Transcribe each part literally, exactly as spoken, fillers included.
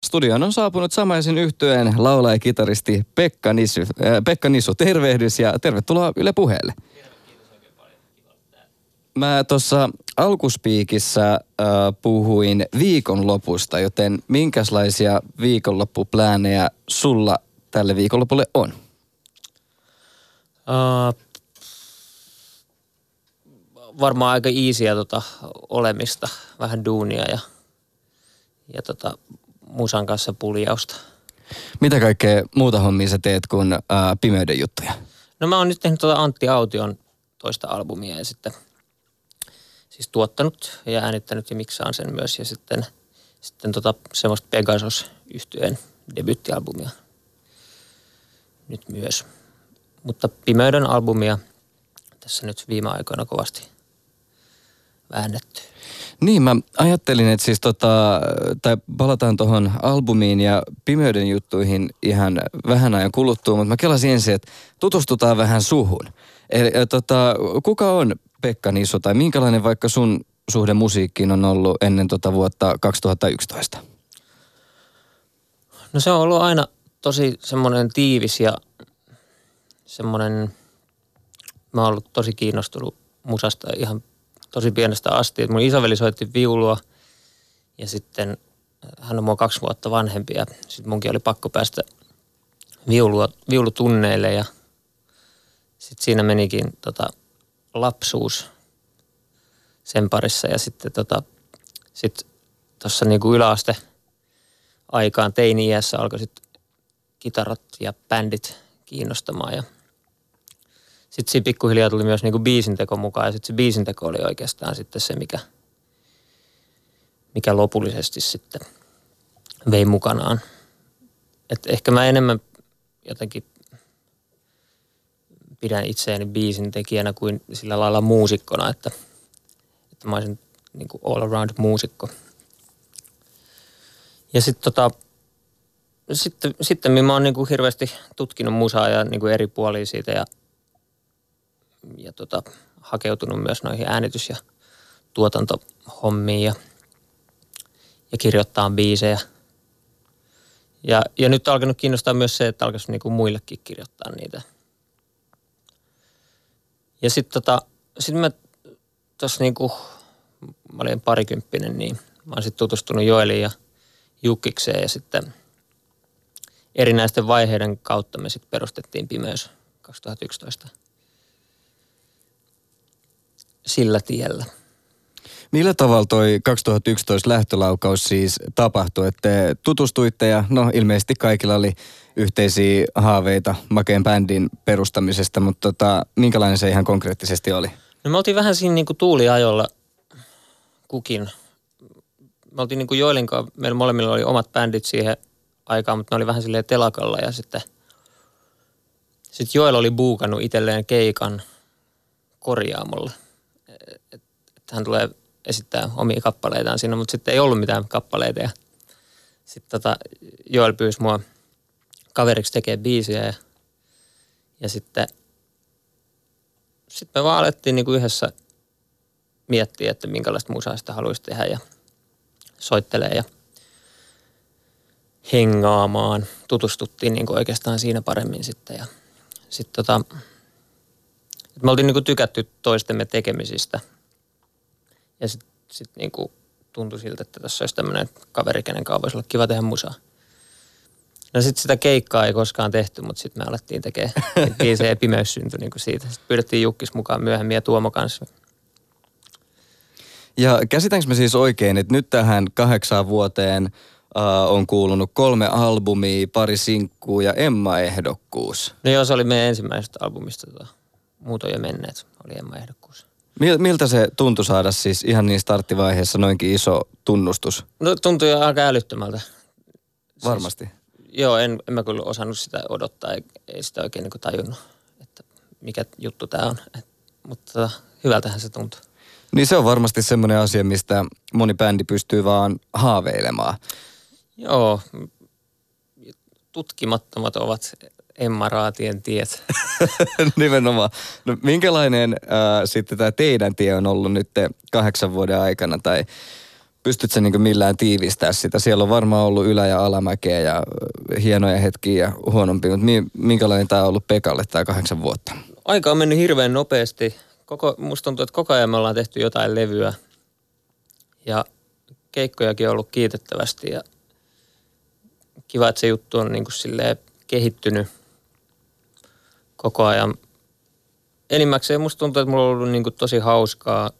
Studioon on saapunut samaisen yhtyeen laulaja-kitaristi Pekka Nissu. Äh, Pekka Nissu, tervehdys ja tervetuloa Yle Puheelle. Mä tuossa alkuspiikissä äh, puhuin viikonlopusta, joten minkälaisia viikonloppuplänejä sulla tälle viikonlopulle on? Uh, varmaan aika easyä tota olemista, vähän duunia ja, ja tota, musan kanssa puljausta. Mitä kaikkea muuta hommia sä teet kuin äh, pimeyden juttuja? No mä oon nyt tehnyt tota Antti Aution toista albumia ja sitten siis tuottanut ja äänittänyt ja miksaan sen myös ja sitten, sitten tota semmoista Pegasus-yhtyeen debyyttialbumia nyt myös. Mutta pimeyden albumia tässä nyt viime aikoina kovasti väännetty. Niin, mä ajattelin, että siis tota, tai palataan tuohon albumiin ja pimeyden juttuihin ihan vähän ajan kuluttua, mutta mä kelasin ensin, että tutustutaan vähän suhun. Eli tota, kuka on Pekka Nissu tai minkälainen vaikka sun suhde musiikkiin on ollut ennen tota vuotta kaksituhattayksitoista? No se on ollut aina tosi semmoinen tiivis ja semmoinen, mä oon ollut tosi kiinnostunut musasta ihan tosi pienestä asti. Mun isoveli soitti viulua ja sitten hän on mua kaksi vuotta vanhempi ja sitten munkin oli pakko päästä viulua, viulutunneille ja sitten siinä menikin tota lapsuus sen parissa ja sitten tota, sit tuossa niinku yläaste aikaan teini-iässä alkoi sitten kitarat ja bändit kiinnostamaan ja sitten siinä pikkuhiljaa tuli myös niinku biisinteko mukaan ja sitten se biisinteko oli oikeastaan sitten se, mikä, mikä lopullisesti sitten vei mukanaan. Et ehkä mä enemmän jotenkin pidän itseäni biisintekijänä kuin sillä lailla muusikkona, että, että mä olisin niinku all around muusikko. Ja sitten tota, sitten, sitten mä oon niinku hirveästi tutkinut musaa ja niinku eri puolia siitä ja ja tota, hakeutunut myös noihin äänitys- ja tuotantohommiin ja, ja kirjoittaa biisejä. Ja, ja nyt on alkanut kiinnostaa myös se, että alkaisi niinku muillekin kirjoittaa niitä. Ja sitten tota, sit mä tuossa niinku, mä olin parikymppinen, niin mä oon sitten tutustunut Joeliin ja Jukkikseen ja sitten erinäisten vaiheiden kautta me sitten perustettiin Pimeys kaksituhattayksitoista. Sillä tiellä. Millä tavalla toi kaksituhattayksitoista lähtölaukaus siis tapahtui, että te tutustuitte ja no ilmeisesti kaikilla oli yhteisiä haaveita Makeen bändin perustamisesta, mutta tota, minkälainen se ihan konkreettisesti oli? No me oltiin vähän siinä niinku tuuliajolla kukin. Me oltiin niinku Joelin kanssa, meillä molemmilla oli omat bändit siihen aikaan, mutta ne oli vähän silleen telakalla ja sitten sit Joel oli buukannut itselleen keikan Korjaamolla. Että hän tulee esittää omia kappaleitaan siinä, mutta sitten ei ollut mitään kappaleita. Ja sitten tota, Joel pyysi mua kaveriksi tekemään biisiä ja, ja sitten sit me vaan alettiin niinku yhdessä miettiä, että minkälaista musaa sitä haluaisi tehdä ja soittelee ja hengaamaan. Tutustuttiin niinku oikeastaan siinä paremmin sitten ja sitten tota, me oltiin niinku tykätty toistemme tekemisistä. Ja sitten sit niinku tuntui siltä, että tässä olisi tämmöinen kaveri, kenen kanssa voisi olla kiva tehdä musaa. No sitten sitä keikkaa ei koskaan tehty, mutta sitten me alettiin tekemään biisejä ja Pimeys syntyi niinku siitä. Sitten pyydettiin Jukkis mukaan myöhemmin ja Tuomo kanssa. Ja käsitänkö mä siis oikein, että nyt tähän kahdeksaan vuoteen uh, on kuulunut kolme albumia, pari sinkkuu ja Emma-ehdokkuus? No joo, se oli meidän ensimmäisestä albumista. Tota. Muut on jo menneet, oli Emma-ehdokkuus. Miltä se tuntui saada siis ihan niin starttivaiheessa noinkin iso tunnustus? No tuntui aika älyttömältä. Varmasti. Siis, joo, en, en mä kyllä osannut sitä odottaa, ei, ei sitä oikein niin kuin tajunnut, että mikä juttu tää on. Et, mutta tota, hyvältähän se tuntui. Niin se on varmasti semmoinen asia, mistä moni bändi pystyy vaan haaveilemaan. Joo, tutkimattomat ovat Emma-raatien tiet. Nimenomaan. No minkälainen äh, sitten tämä teidän tie on ollut nyt kahdeksan vuoden aikana? Tai pystytkö sä niin millään tiivistää sitä? Siellä on varmaan ollut ylä- ja alamäkeä ja hienoja hetkiä ja huonompia, mutta minkälainen tämä on ollut Pekalle tämä kahdeksan vuotta? Aika on mennyt hirveän nopeasti. Koko, musta tuntuu, että koko ajan me ollaan tehty jotain levyä ja keikkojakin on ollut kiitettävästi ja kiva, että se juttu on niin kuin silleen kehittynyt koko ajan. Enimmäkseen musta tuntuu, että mulla on ollut niin kuin tosi hauskaa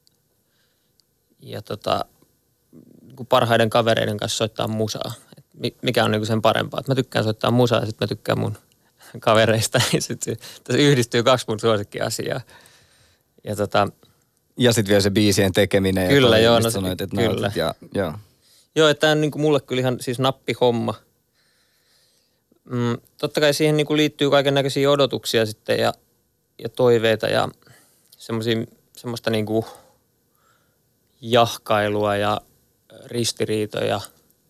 ja tota, niin parhaiden kavereiden kanssa soittaa musaa. Et mikä on niin kuin sen parempaa. Et mä tykkään soittaa musaa ja sitten mä tykkään mun kavereista. Sitten tässä yhdistyy kaksi mun suosikkiasiaa. Ja, tota, ja sitten vielä se biisien tekeminen. Kyllä, ja joo. No, sanoit, että kyllä. Ja, ja. Joo, että tämä on niin kuin mulle kyllä ihan siis nappihomma. Mm, totta kai siihen niin kuin liittyy kaiken näköisiä odotuksia sitten ja, ja toiveita ja semmoista niin kuin jahkailua ja ristiriitoja,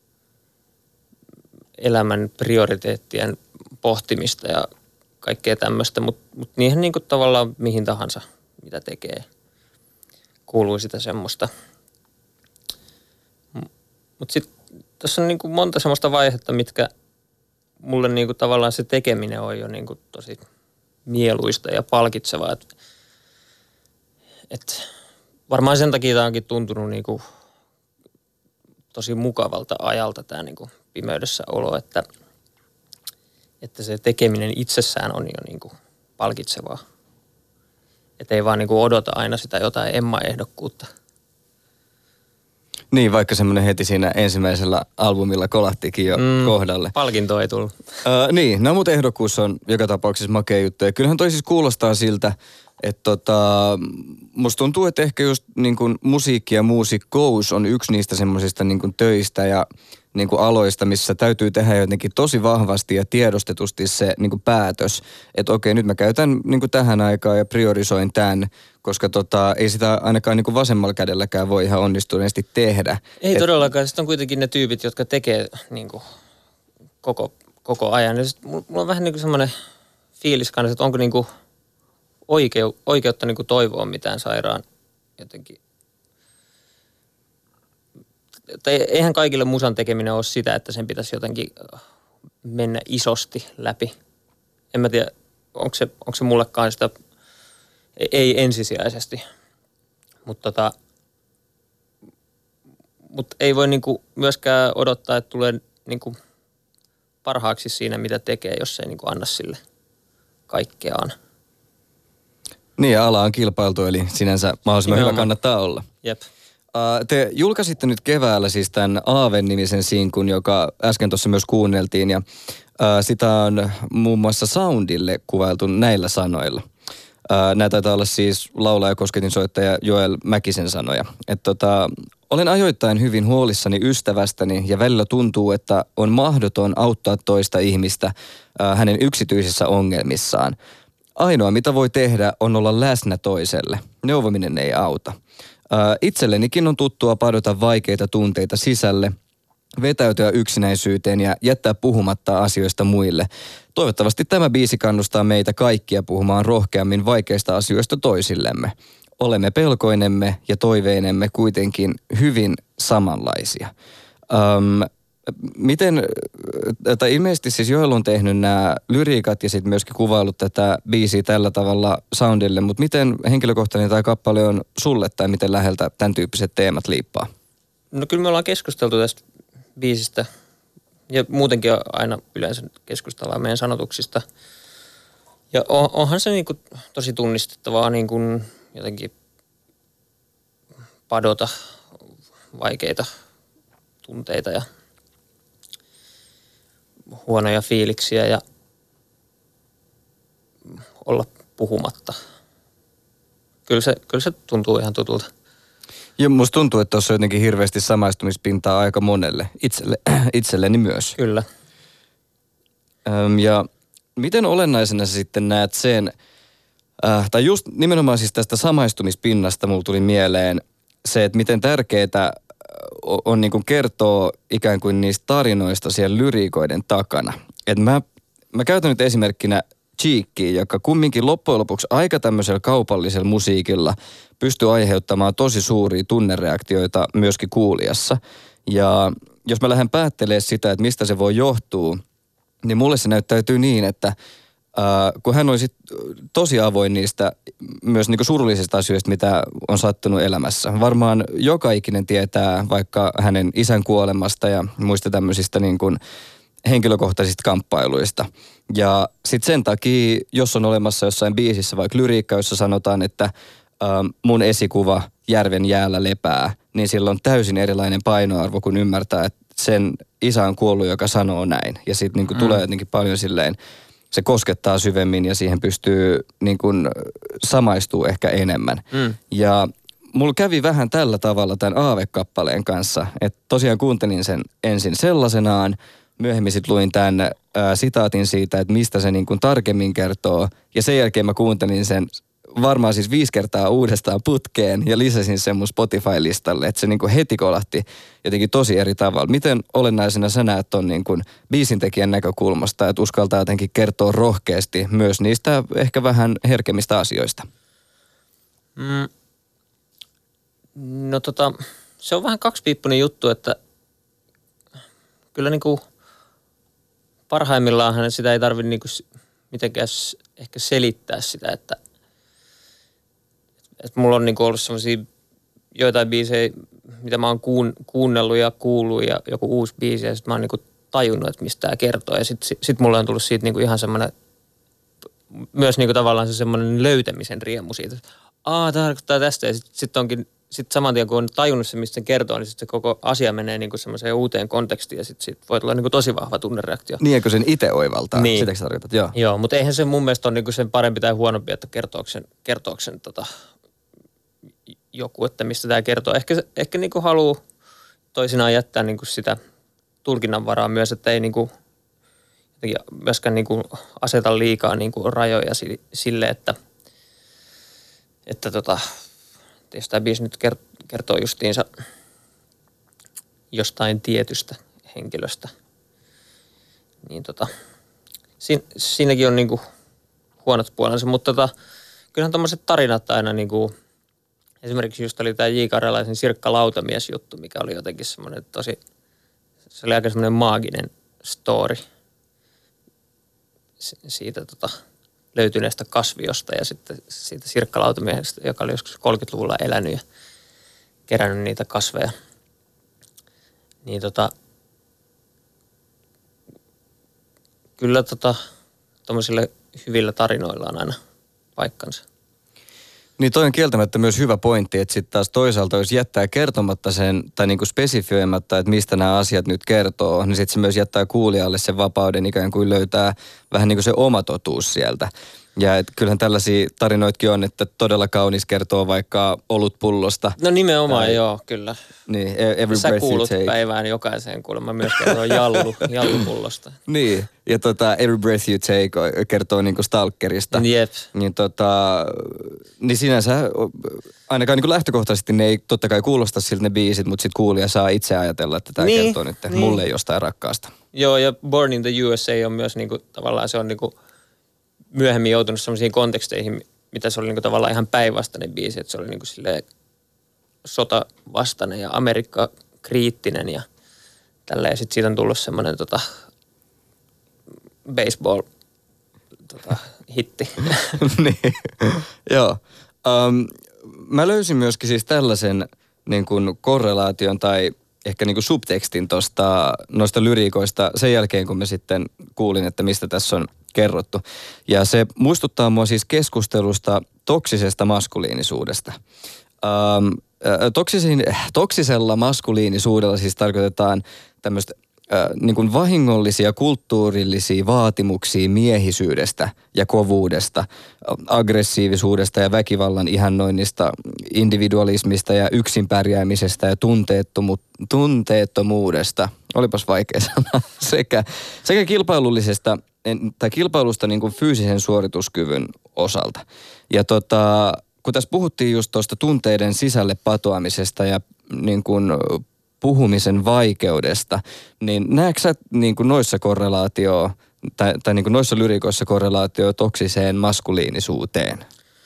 elämän prioriteettien pohtimista ja kaikkea tämmöistä, mutta mut niihin niin kuin tavallaan mihin tahansa, mitä tekee, kuuluu sitä semmoista. Mutta sitten tässä on niin kuin monta semmoista vaihetta, mitkä mulle niin kuin tavallaan se tekeminen on jo niin kuin tosi mieluista ja palkitsevaa. Et, et varmaan sen takia tämä onkin tuntunut niin kuin tosi mukavalta ajalta tämä niin kuin pimeydessä olo, että, että se tekeminen itsessään on jo niin kuin palkitsevaa. Että ei vaan niin kuin odota aina sitä jotain Emma-ehdokkuutta. Niin, vaikka semmoinen heti siinä ensimmäisellä albumilla kolahtikin jo mm, kohdalle. Palkinto ei tullut. Uh, niin, no mutta ehdokkuus on joka tapauksessa makea juttu. Ja kyllähän toi siis kuulostaa siltä, että tota, musta tuntuu, että ehkä just niin kuin musiikki ja muusikkous on yksi niistä semmoisista niin kuin töistä ja niin kuin aloista, missä täytyy tehdä jotenkin tosi vahvasti ja tiedostetusti se niin kuin päätös, että okei, nyt mä käytän niin kuin tähän aikaan ja priorisoin tämän, koska tota, ei sitä ainakaan niin kuin vasemmalla kädelläkään voi ihan onnistuneesti tehdä. Ei Et, todellakaan. Sitten on kuitenkin ne tyypit, jotka tekee niin kuin koko, koko ajan. Ja sit mulla on vähän niin kuin semmoinen fiilis kanssa, että onko niin kuin oikeu, oikeutta niin kuin toivoa mitään sairaan jotenkin. Tai eihän kaikille musan tekeminen ole sitä, että sen pitäisi jotenkin mennä isosti läpi. En mä tiedä, onko se, onko se mullekaan sitä, ei ensisijaisesti. Mutta tota, mut ei voi niinku myöskään odottaa, että tulee niinku parhaaksi siinä, mitä tekee, jos ei niinku anna sille kaikkeaan. Niin, ja ala on kilpailtu, eli sinänsä mahdollisimman hyvä kannattaa olla. Jep. Uh, te julkaisitte nyt keväällä siis tämän Aaven-nimisen sinkun, joka äsken tuossa myös kuunneltiin, ja uh, sitä on muun muassa Soundille kuvailtu näillä sanoilla. Uh, nämä taitaa olla siis laulaja kosketinsoittaja Joel Mäkisen sanoja. Että tota, olen ajoittain hyvin huolissani ystävästäni ja välillä tuntuu, että on mahdoton auttaa toista ihmistä uh, hänen yksityisissä ongelmissaan. Ainoa mitä voi tehdä on olla läsnä toiselle. Neuvominen ei auta. Uh, itsellenikin on tuttua padota vaikeita tunteita sisälle, vetäytyä yksinäisyyteen ja jättää puhumatta asioista muille. Toivottavasti tämä biisi kannustaa meitä kaikkia puhumaan rohkeammin vaikeista asioista toisillemme. Olemme pelkoinemme ja toiveinemme kuitenkin hyvin samanlaisia. Um, miten, tai ilmeisesti siis Joel on tehnyt nämä lyriikat ja sitten myöskin kuvaillut tätä biisiä tällä tavalla Soundille, mutta miten henkilökohtainen tämä kappale on sulle tai miten läheltä tämän tyyppiset teemat liippaa? No kyllä me ollaan keskusteltu tästä biisistä ja muutenkin aina yleensä keskustellaan meidän sanotuksista. Ja on, onhan se niinku tosi tunnistettavaa niinku jotenkin padota vaikeita tunteita ja huonoja fiiliksiä ja olla puhumatta. Kyllä se, kyllä se tuntuu ihan tutulta. Ja musta tuntuu, että tuossa on jotenkin hirveästi samaistumispintaa aika monelle, itselle, itselleni myös. Kyllä. Öm, ja miten olennaisena sä sitten näet sen, äh, tai just nimenomaan siis tästä samaistumispinnasta mulla tuli mieleen se, että miten tärkeää on, on niin kuin kertoa ikään kuin niistä tarinoista siellä lyriikoiden takana. Että mä, mä käytän nyt esimerkkinä Cheekkiin, joka kumminkin loppujen lopuksi aika tämmöisellä kaupallisella musiikilla pystyy aiheuttamaan tosi suuria tunnereaktioita myöskin kuulijassa. Ja jos mä lähden päättelemään sitä, että mistä se voi johtua, niin mulle se näyttäytyy niin, että Uh, kun hän oli sit tosi avoin niistä myös niinku surullisista asioista, mitä on sattunut elämässä. Varmaan joka ikinen tietää vaikka hänen isän kuolemasta ja muista tämmöisistä niinku henkilökohtaisista kamppailuista. Ja sitten sen takia, jos on olemassa jossain biisissä vaikka lyriikka, jossa sanotaan, että uh, mun esikuva järven jäällä lepää, niin sillä on täysin erilainen painoarvo, kun ymmärtää, että sen isä on kuollut, joka sanoo näin. Ja sitten niinku mm. tulee jotenkin paljon silleen, se koskettaa syvemmin ja siihen pystyy niin kuin samaistuu ehkä enemmän. Mm. Ja mulla kävi vähän tällä tavalla tämän Aave-kappaleen kanssa, että tosiaan kuuntelin sen ensin sellaisenaan, myöhemmin sitten luin tämän ää, sitaatin siitä, että mistä se niin kuin tarkemmin kertoo, ja sen jälkeen mä kuuntelin sen varmaan siis viisi kertaa uudestaan putkeen ja lisäsin sen mun Spotify-listalle, että se niin kuin heti kolahti jotenkin tosi eri tavalla. Miten olennaisena sä näet ton niin kuin biisintekijän näkökulmasta, että uskaltaa jotenkin kertoa rohkeasti myös niistä ehkä vähän herkemmistä asioista? Mm. No tota, se on vähän kaksipiippunen juttu, että kyllä niin kuin parhaimmillaan sitä ei tarvitse niin kuin mitenkään ehkä selittää sitä, että että mulla on niinku ollut semmosia joitain biisejä, mitä mä oon kuun, kuunnellut ja kuullut ja joku uusi biisi ja sit mä oon niinku tajunnut, että mistä tää kertoo. Ja sit, sit, sit mulla on tullut siitä niinku ihan semmoinen, myös niinku tavallaan se semmoinen löytämisen riemu siitä. Aa, tää tarkoittaa tästä ja sit, sit onkin, sit saman tien kun on tajunnut se, mistä se kertoo, niin sit se koko asia menee niinku semmoiseen uuteen kontekstiin ja sit, sit voi tulla niinku tosi vahva tunnereaktio. Niin, eikö sen itse oivaltaa? Niin. Sitäkö sä tarkoitat? Joo. Joo, mutta eihän se mun mielestä ole niinku sen parempi tai huonompi, että kertooko sen, kertooko sen tota joku, että mistä tämä kertoo. Ehkä, ehkä niinku haluaa toisinaan jättää niinku sitä tulkinnanvaraa myös, että ei niinku, myöskään niinku aseta liikaa niinku rajoja sille, että, että tota, jos tämä biisi nyt kertoo justiinsa jostain tietystä henkilöstä, niin tota, siin, siinäkin on niinku huonot puolensa, mutta tota, kyllähän tommoset tarinat aina niinku, esimerkiksi just oli tämä J. Karjalaisen Sirkka Lautamies-juttu, mikä oli jotenkin semmoinen tosi, se oli aika semmoinen maaginen story siitä tota, löytyneestä kasviosta ja sitten siitä Sirkka Lautamiehestä, joka oli joskus kolmekymmentäluvulla elänyt ja kerännyt niitä kasveja. Niin tota, kyllä tota, tommosilla hyvillä tarinoilla on aina paikkansa. Niin toi on kieltämättä myös hyvä pointti, että sitten taas toisaalta jos jättää kertomatta sen tai niinku spesifioimatta, että mistä nämä asiat nyt kertoo, niin sitten se myös jättää kuulijalle sen vapauden ikään kuin löytää vähän niin kuin se oma totuus sieltä. Ja et kyllähän tällaisia tarinoitkin on, että todella kaunis kertoo vaikka olutpullosta. No nimenomaan tai, joo, kyllä. Niin, every sä breath kuulut you take. Päivään jokaiseen kuulemma myös kertoo jallu, jallupullosta. Niin, ja tota every breath you take kertoo niinku stalkerista. Jep. Niin tota, niin sinänsä ainakaan niinku lähtökohtaisesti ne ei totta kai kuulosta siltä ne biisit, mutta sit kuulija saa itse ajatella, että tämä niin, kertoo nyt niin. mulle jostain rakkaasta. Joo, ja Born in the U S A on myös niinku tavallaan se on niinku myöhemmin joutunut sellaisiin konteksteihin, mitä se oli niinku tavallaan ihan päinvastainen biisi, että se oli niinku silleen sotavastainen ja Amerikka kriittinen ja tälleen. Sitten siitä on tullut semmoinen tota, baseball tota, hitti. Niin, joo. Um, mä löysin myöskin siis tällaisen niin kuin korrelaation tai ehkä niin kuin subtekstin tosta, noista lyriikoista sen jälkeen, kun mä sitten kuulin, että mistä tässä on kerrottu. Ja se muistuttaa mua siis keskustelusta toksisesta maskuliinisuudesta. Um, toksisin, toksisella maskuliinisuudella siis tarkoitetaan tämmöistä äh, niin kuin vahingollisia kulttuurillisia vaatimuksia miehisyydestä ja kovuudesta, aggressiivisuudesta ja väkivallan ihannoinnista, individualismista ja yksin pärjäämisestä ja tunteettomu- tunteettomuudesta. Olipas vaikea sana. Sekä, sekä kilpailullisesta tai kilpailusta niin kuin fyysisen suorituskyvyn osalta. Ja tota, kun tässä puhuttiin just tuosta tunteiden sisälle patoamisesta ja niin kuin puhumisen vaikeudesta, niin näetkö sä niin kuin noissa korrelaatioa tai, tai niin kuin noissa lyrikoissa korrelaatio toksiseen maskuliinisuuteen?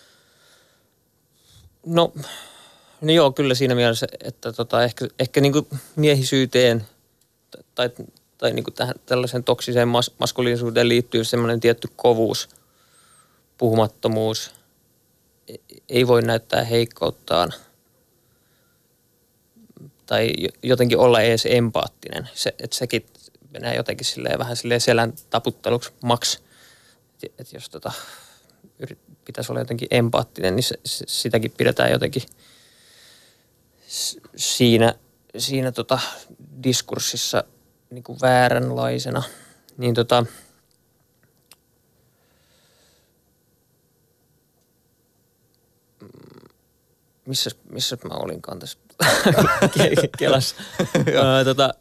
No, no joo, kyllä siinä mielessä, että tota, ehkä, ehkä niin kuin miehisyyteen tai, tai niin kuin tähän tällaiseen toksiseen mas, maskuliinisuuteen liittyy semmoinen tietty kovuus, puhumattomuus, ei voi näyttää heikkouttaan tai jotenkin olla edes empaattinen. Se, että sekin menee jotenkin silleen, vähän silleen selän taputteluksi maks. Että et jos tota, yrit, pitäisi olla jotenkin empaattinen, niin se, se, sitäkin pidetään jotenkin siinä, siinä tota diskurssissa niin kuin vääränlaisena. Niin tota, missä, missä mä olinkaan tässä kelassa? tota,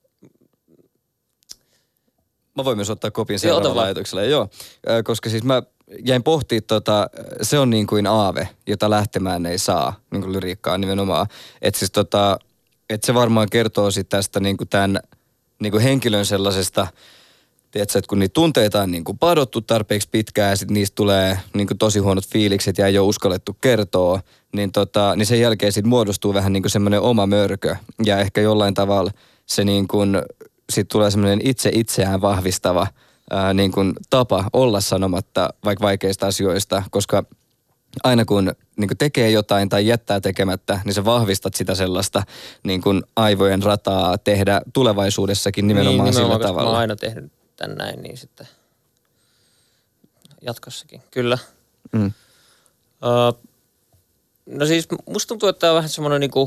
Mä voin myös ottaa kopin seuraavalla ajatuksella. Joo, koska siis mä jäin pohtimaan, tota, se on niin kuin aave, jota lähtemään ei saa, niin kuin lyriikkaa nimenomaan. Että siis tota, että se varmaan kertoo sitten tästä niin kuin tämän niin kuin henkilön sellaisesta, tiedätkö, että kun niitä tunteita on niin kuin padottu tarpeeksi pitkään ja sitten niistä tulee niin kuin tosi huonot fiilikset ja ei ole uskallettu kertoa, niin, tota, niin sen jälkeen sitten muodostuu vähän niin kuin semmoinen oma mörkö ja ehkä jollain tavalla se niin kuin sitten tulee semmoinen itse itseään vahvistava ää, niin kuin tapa olla sanomatta vaikka vaikeista asioista, koska aina kun niin kuin tekee jotain tai jättää tekemättä, niin sä vahvistat sitä sellaista niin kuin aivojen rataa tehdä tulevaisuudessakin nimenomaan, niin, nimenomaan sillä tavalla. Mä oon aina tehnyt tän näin, niin sitten jatkossakin, kyllä. Mm. Uh, no siis musta tuntuu, että tämä on vähän semmoinen niinku,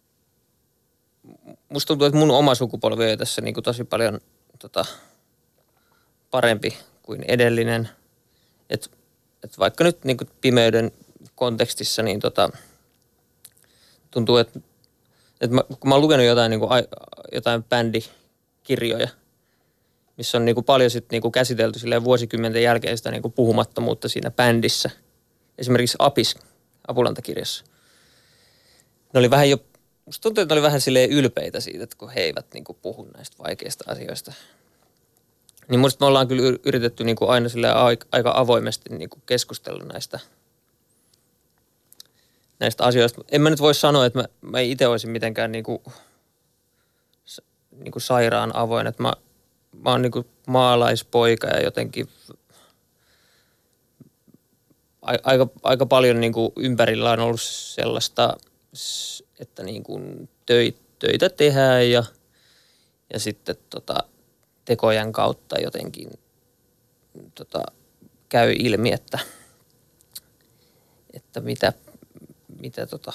musta tuntuu, että mun oma sukupolvi on tässä niinku tosi paljon tota, parempi kuin edellinen. Että et vaikka nyt niinku pimeyden kontekstissa, niin tota, tuntuu, että et mä, kun mä oon lukenut jotain, niinku, jotain bändikirjoja, missä on niinku paljon sit niinku käsitelty silleen vuosikymmenten jälkeen sitä niinku puhumattomuutta siinä bändissä. Esimerkiksi Apis, Apulantakirjassa. Ne oli vähän jo, musta tuntuu, että ne oli vähän silleen ylpeitä siitä, että kun he eivät niinku puhu näistä vaikeista asioista. Niin musta me ollaan kyllä yritetty niinku aina silleen aika avoimesti niinku keskustella näistä, näistä asioista. En mä nyt voi sanoa, että mä, mä itse olisin mitenkään niinku, niinku sairaan avoin, että mä Mä oon niinku maalaispoika ja jotenkin aika, aika paljon niinku ympärillä on ollut sellaista, että niinku töitä tehdään ja, ja sitten tota, tekojen kautta jotenkin tota, käy ilmi, että, että mitä, mitä tota,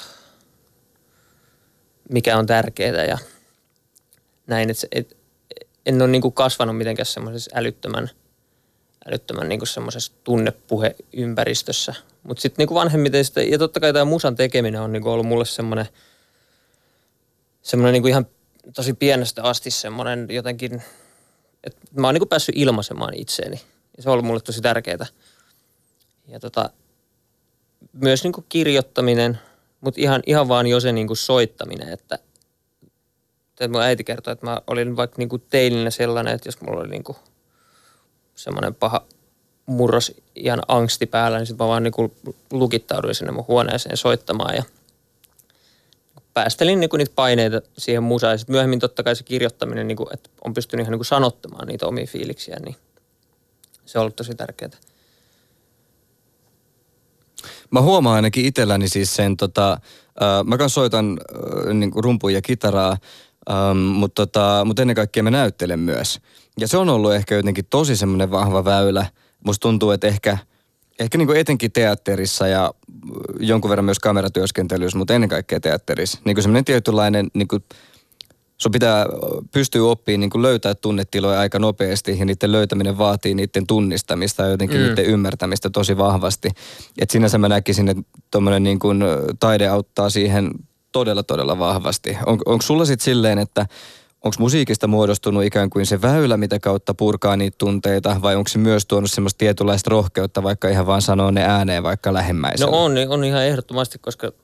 mikä on tärkeää ja näin, että et, en ole niinku kasvanut mitenkään semmoisessa älyttömän, älyttömän niinku semmoisessa tunnepuheympäristössä. Mutta sitten niinku vanhemmiten sitä, ja totta kai tämä musan tekeminen on niinku ollut mulle semmoinen, semmoinen niinku ihan tosi pienestä asti semmoinen jotenkin, että mä oon niinku päässyt ilmaisemaan itseäni. Ja se on ollut mulle tosi tärkeää. Ja tota, myös niinku kirjoittaminen, mutta ihan, ihan vaan jo se niinku soittaminen, että mun äiti kertoi, että mä olin vaikka niinku teininä sellainen, että jos mulla oli niinku semmoinen paha murros ihan angsti päällä, niin sitten mä vaan niinku lukittauduin sinne mun huoneeseen soittamaan ja päästelin niinku niitä paineita siihen musaan. Ja sitten myöhemmin totta kai se kirjoittaminen, niinku, että on pystynyt ihan niinku sanottamaan niitä omia fiiliksiä, niin se on ollut tosi tärkeää. Mä huomaan ainakin itselläni siis sen, tota, äh, mä kanssa soitan äh, niinku rumpuja ja kitaraa, Um, mutta tota, mut ennen kaikkea mä näyttelen myös. Ja se on ollut ehkä jotenkin tosi semmoinen vahva väylä. Musta tuntuu, että ehkä, ehkä niinku etenkin teatterissa ja jonkun verran myös kameratyöskentelyssä, mutta ennen kaikkea teatterissa. Niinku semmoinen tietynlainen, niinku, sun pitää pystyä oppimaan niinku löytää tunnetiloja aika nopeasti ja niiden löytäminen vaatii niiden tunnistamista ja jotenkin mm. niiden ymmärtämistä tosi vahvasti. Että sinänsä mä näkisin, että tommoinen niinku taide auttaa siihen todella, todella vahvasti. On, onko sulla sitten silleen, että onko musiikista muodostunut ikään kuin se väylä, mitä kautta purkaa niitä tunteita, vai onko se myös tuonut semmoista tietynlaista rohkeutta, vaikka ihan vaan sanoo ne ääneen vaikka lähimmäisellä? No on, on ihan ehdottomasti, koska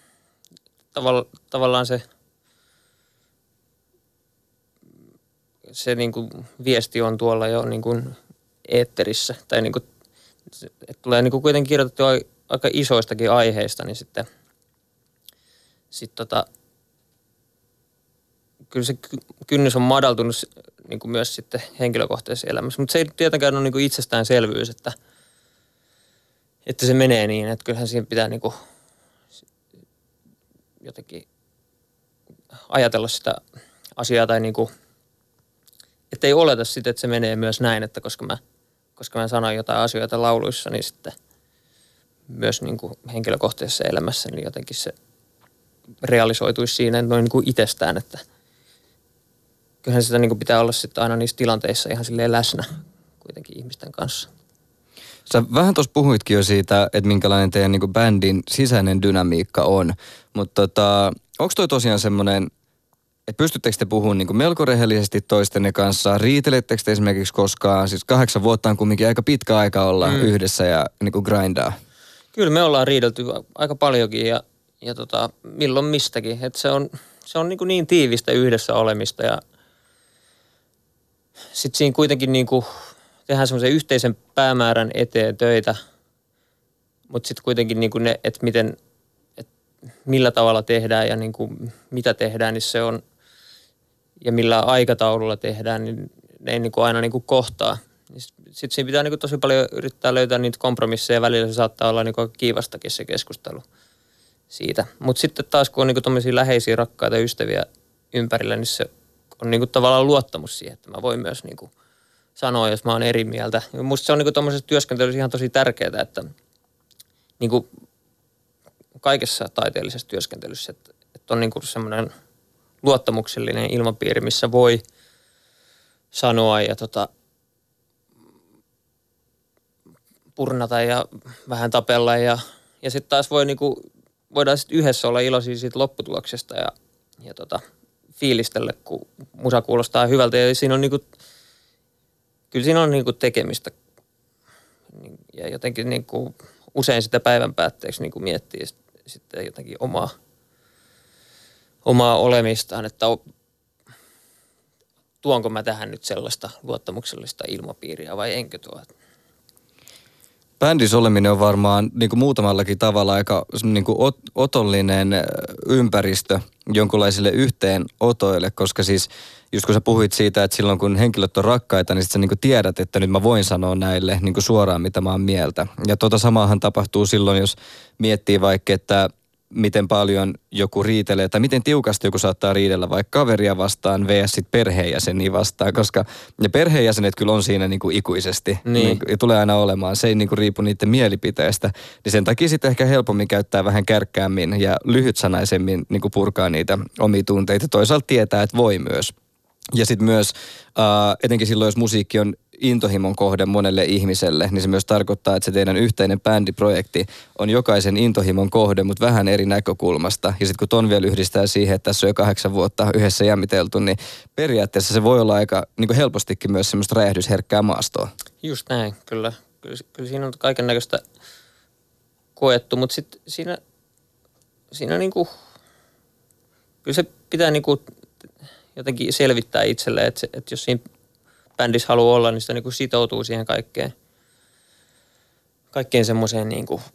tavalla, tavallaan se, se niin kuin viesti on tuolla jo niin kuin eetterissä. Tai niin kuin, että tulee niin kuin kuitenkin kirjoitettua aika isoistakin aiheista, niin sitten sit tota, kyllä se kynnys on madaltunut niin kuin myös sitten henkilökohtaisessa elämässä. Mutta se ei tietenkään ole niin kuin itsestäänselvyys, että, että se menee niin. Että kyllähän siinä pitää niin kuin jotenkin ajatella sitä asiaa tai niin kuin, että ei oleta sitä, että se menee myös näin, että koska mä, koska mä sanon jotain asioita lauluissa, niin sitten myös niin kuin henkilökohtaisessa elämässä niin jotenkin se realisoituisi siinä noin niin kuin itsestään, että kyllähän sitä niin kuin pitää olla sitten aina niissä tilanteissa ihan silleen läsnä kuitenkin ihmisten kanssa. Sä vähän tuossa puhuitkin jo siitä, että minkälainen teidän niin kuin bändin sisäinen dynamiikka on, mutta tota, onko toi tosiaan semmoinen, että pystyttekö te puhumaan niin kuin melko rehellisesti toistenne kanssa, riitelettekö te esimerkiksi koskaan, siis kahdeksan vuotta on kumminkin aika pitkä aika olla mm. yhdessä ja niin kuin grindaa. Kyllä me ollaan riidelty aika paljonkin ja, ja tota, milloin mistäkin, että se on, se on niin, kuin niin tiivistä yhdessä olemista ja sitten siinä kuitenkin niin kuin tehdään semmoisen yhteisen päämäärän eteen töitä, mutta sitten kuitenkin niin kuin ne, että miten, että millä tavalla tehdään ja niin kuin mitä tehdään, niin se on, ja millä aikataululla tehdään, niin ne ei niin kuin aina niin kuin kohtaa. Sitten siinä pitää niin kuin tosi paljon yrittää löytää niitä kompromisseja, välillä se saattaa olla niin kuin kiivastakin se keskustelu siitä. Mutta sitten taas kun on niin kuin tommosia läheisiä, rakkaita ystäviä ympärillä, niin se on niin kuin tavallaan luottamus siihen, että mä voin myös niin kuin sanoa, jos mä oon eri mieltä. Musta se on niin kuin tommosessa työskentelyssä ihan tosi tärkeää, että niin kuin kaikessa taiteellisessa työskentelyssä, että, että on niin kuin semmoinen luottamuksellinen ilmapiiri, missä voi sanoa ja tota, purnata ja vähän tapella ja, ja sitten taas voi niinku, voidaan sitten yhdessä olla iloisia siitä lopputuloksesta ja, ja tota, fiilistellä, kun musa kuulostaa hyvältä ja siinä on niinku, kyllä siinä on niinku tekemistä ja jotenkin niinku usein sitä päivän päätteeksi niinku miettii sitten jotenkin omaa, omaa olemistaan, että tuonko mä tähän nyt sellaista luottamuksellista ilmapiiriä vai enkö tuo. Bändissä oleminen on varmaan niin kuin muutamallakin tavalla aika niin kuin ot, otollinen ympäristö jonkunlaisille yhteenotoille, koska siis just kun sä puhuit siitä, että silloin kun henkilöt on rakkaita, niin sit sä niin kuin tiedät, että nyt mä voin sanoa näille niin kuin suoraan, mitä mä oon mieltä. Ja tota samaahan tapahtuu silloin, jos miettii vaikka, että miten paljon joku riitelee, tai miten tiukasti joku saattaa riidellä vaikka kaveria vastaan versus sit perheenjäseniä vastaan, koska ne perheenjäsenet kyllä on siinä niinku ikuisesti, niin. Niinku, ja tulee aina olemaan. Se ei niinku riipu niiden mielipiteestä. Niin sen takia sitten ehkä helpommin käyttää vähän kärkkäämmin ja lyhytsanaisemmin niinku purkaa niitä omia tunteita. Toisaalta tietää, että voi myös. Ja sitten myös, äh, etenkin silloin, jos musiikki on intohimon kohde monelle ihmiselle, niin se myös tarkoittaa, että se teidän yhteinen bändiprojekti on jokaisen intohimon kohde, mutta vähän eri näkökulmasta. Ja sitten kun ton vielä yhdistää siihen, että tässä on jo kahdeksan vuotta yhdessä jämmitelty, niin periaatteessa se voi olla aika niin kuin helpostikin myös semmoista räjähdysherkkää maastoa. Just näin, kyllä. Kyllä, kyllä siinä on kaiken näköistä koettu, mutta sitten siinä, siinä niinku, kyllä se pitää niinku jotenkin selvittää itselleen, että, että jos siinä bändissä haluaa olla, niin sitä niin kuin sitoutuu siihen kaikkeen, kaikkeen semmoiseen niin kuin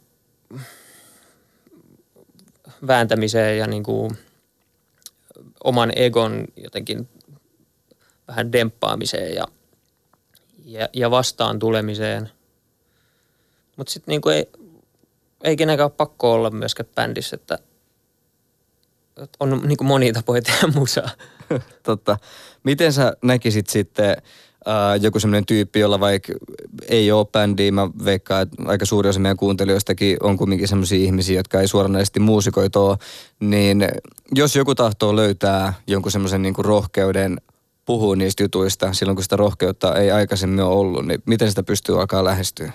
vääntämiseen ja niin kuin oman egon jotenkin vähän demppaamiseen ja, ja, ja vastaan tulemiseen. Mutta sitten niin kuin ei, ei kenenkään ole pakko olla myöskään bändissä, että on niin kuin monia tapoja tehdä musaa. Totta. Miten sä näkisit sitten äh, joku semmoinen tyyppi, jolla vaikka ei ole bändiä, mä veikkaan, että aika suuri osa meidän kuuntelijoistakin on kumminkin semmoisia ihmisiä, jotka ei suoranaisesti muusikoita ole, niin jos joku tahtoo löytää jonkun semmoisen niin kuin rohkeuden puhua niistä jutuista silloin, kun sitä rohkeutta ei aikaisemmin ole ollut, niin miten sitä pystyy alkaa lähestyä?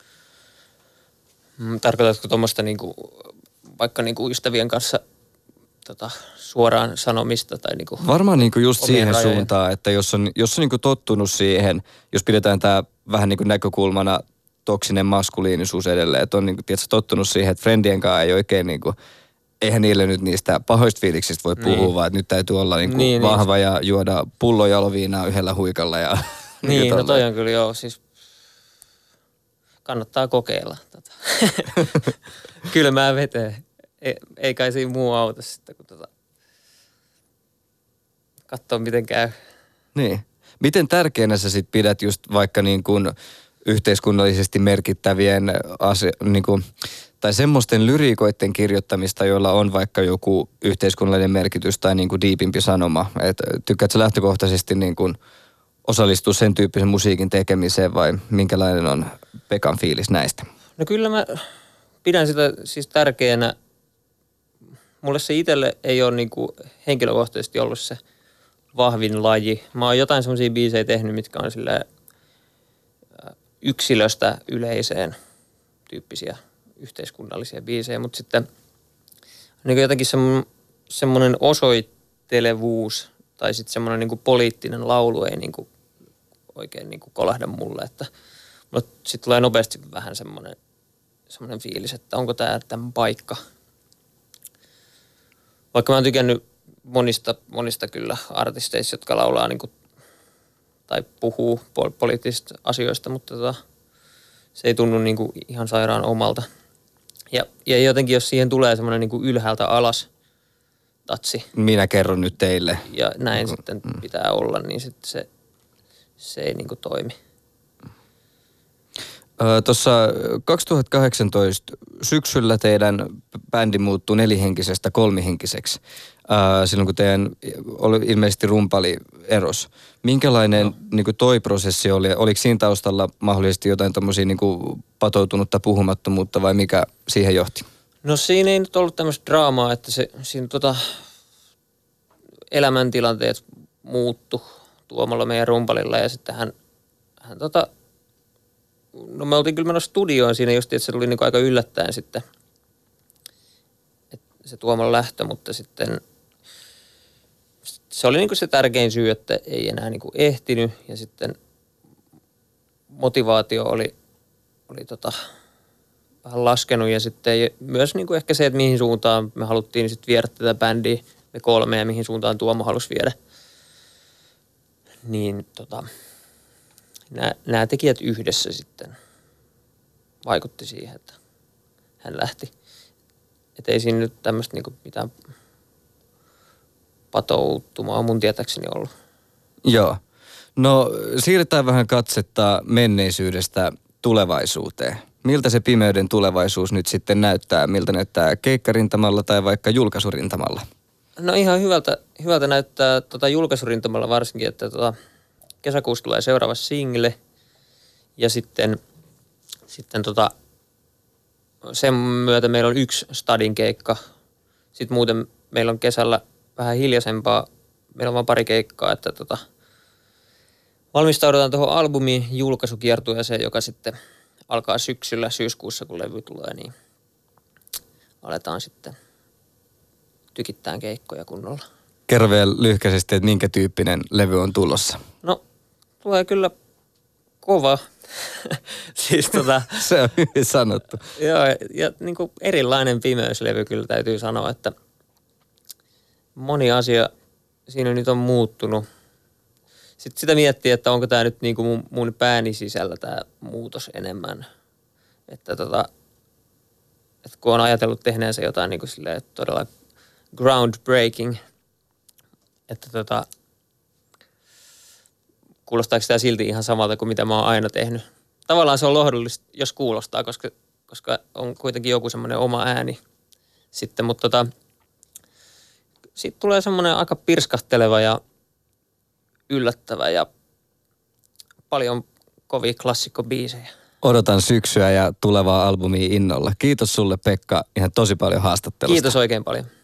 Tarkoitatko tuommoista niinku, vaikka niinku ystävien kanssa tota, suoraan sanomista tai niinku varmaan niinku just siihen rajojen suuntaan, että jos on, jos on niinku tottunut siihen, jos pidetään tämä vähän niinku näkökulmana toksinen maskuliinisuus edelleen, että on niinku, tiedätkö, tottunut siihen, että friendien kanssa ei oikein niinku eihän niille nyt niistä pahoista fiiliksistä voi puhua, niin. vaan että nyt täytyy olla niinku niin, vahva niin. ja juoda pullo jaloviinaa yhdellä huikalla. Ja niin, no toi on kyllä joo, siis kannattaa kokeilla. Tota. Kylmää veteen. Ei, ei kai siinä muu auta sitten, kun tota, katsoo miten käy. Niin. Miten tärkeänä sä sit pidät just vaikka niin kuin yhteiskunnallisesti merkittävien asio- niin kuin, tai semmoisten lyriikoiden kirjoittamista, joilla on vaikka joku yhteiskunnallinen merkitys tai niin kuin diipimpi sanoma? Et tykkäätkö lähtökohtaisesti niin kuin osallistua sen tyyppisen musiikin tekemiseen vai minkälainen on Pekan fiilis näistä? No kyllä mä pidän sitä siis tärkeänä. Mulle se itselle ei ole niin kuin henkilökohtaisesti ollut se vahvin laji. Mä oon jotain semmoisia biisejä tehnyt, mitkä on silleen yksilöstä yleiseen tyyppisiä yhteiskunnallisia biisejä, mutta sitten niin jotenkin semmoinen osoittelevuus tai sitten semmoinen niin poliittinen laulu ei niin kuin oikein niin kuin kolahda mulle, että sitten tulee nopeasti vähän semmoinen, semmoinen fiilis, että onko tämä tämän paikka. Vaikka mä oon tykännyt monista, monista kyllä artisteista, jotka laulaa niin kuin, tai puhuu pol- poliittisista asioista, mutta tota, se ei tunnu niin kuin ihan sairaan omalta. Ja, ja jotenkin, jos siihen tulee semmoinen niin kuin ylhäältä alas tatsi. Minä kerron nyt teille. Ja näin niin kuin, sitten mm. pitää olla, niin sitten se, se ei niin kuin toimi. Tuossa kaksituhattakahdeksantoista syksyllä teidän bändi muuttui nelihenkisestä kolmihenkiseksi. Ää, silloin kun teidän oli ilmeisesti rumpali eros. Minkälainen no. niin kuin toi prosessi oli? Oliko siinä taustalla mahdollisesti jotain tommosia niin kuin patoutunutta puhumattomuutta vai mikä siihen johti? No siinä ei nyt ollut tämmöistä draamaa, että se, siinä tota, elämäntilanteet muuttu Tuomalla meidän rumpalilla ja sitten hän, hän tota, no me oltiin kyllä menossa studioon siinä just, että se tuli niinku aika yllättäen sitten, että se Tuoman lähtö, mutta sitten se oli niinku se tärkein syy, että ei enää niinku ehtinyt ja sitten motivaatio oli, oli tota, vähän laskenut ja sitten myös niinku ehkä se, että mihin suuntaan me haluttiin sitten viedä tätä bändiä, me kolme ja mihin suuntaan Tuomo halusi viedä, niin tota... Nämä, nämä tekijät yhdessä sitten vaikutti siihen, että hän lähti. Että ei siinä nyt tämmöistä niinku mitään patoutumaa mun tietääkseni ollut. Joo. No siirretään vähän katsetta menneisyydestä tulevaisuuteen. Miltä se Pimeyden tulevaisuus nyt sitten näyttää? Miltä näyttää keikkarintamalla tai vaikka julkaisurintamalla? No ihan hyvältä, hyvältä näyttää tota julkaisurintamalla varsinkin, että tota kesäkuussa tulee seuraava single ja sitten, sitten tota, sen myötä meillä on yksi stadin keikka. Sitten muuten meillä on kesällä vähän hiljaisempaa. Meillä on vain pari keikkaa, että tota, valmistaudutaan tuohon albumiin julkaisukiertueeseen, joka sitten alkaa syksyllä, syyskuussa kun levy tulee, niin aletaan sitten tykittään keikkoja kunnolla. Kerro vielä lyhkäisesti, että minkä tyyppinen levy on tulossa. No, tulee kyllä kova. siis tota... Se on hyvin sanottu. Joo, ja niin kuin erilainen pimeyslevy kyllä täytyy sanoa, että moni asia siinä nyt on muuttunut. Sitten sitä miettii, että onko tämä nyt niin kuin mun, mun pääni sisällä tämä muutos enemmän. Että tota, että kun on ajatellut tehneensä jotain niin kuin silleen, todella groundbreaking, että tota, kuulostaako tämä silti ihan samalta kuin mitä mä oon aina tehnyt. Tavallaan se on lohdullista, jos kuulostaa, koska, koska on kuitenkin joku semmoinen oma ääni sitten, mutta tota, sitten tulee semmoinen aika pirskahteleva ja yllättävä ja paljon kovia klassikkobiisejä. Odotan syksyä ja tulevaa albumia innolla. Kiitos sulle Pekka ihan tosi paljon haastattelusta. Kiitos oikein paljon.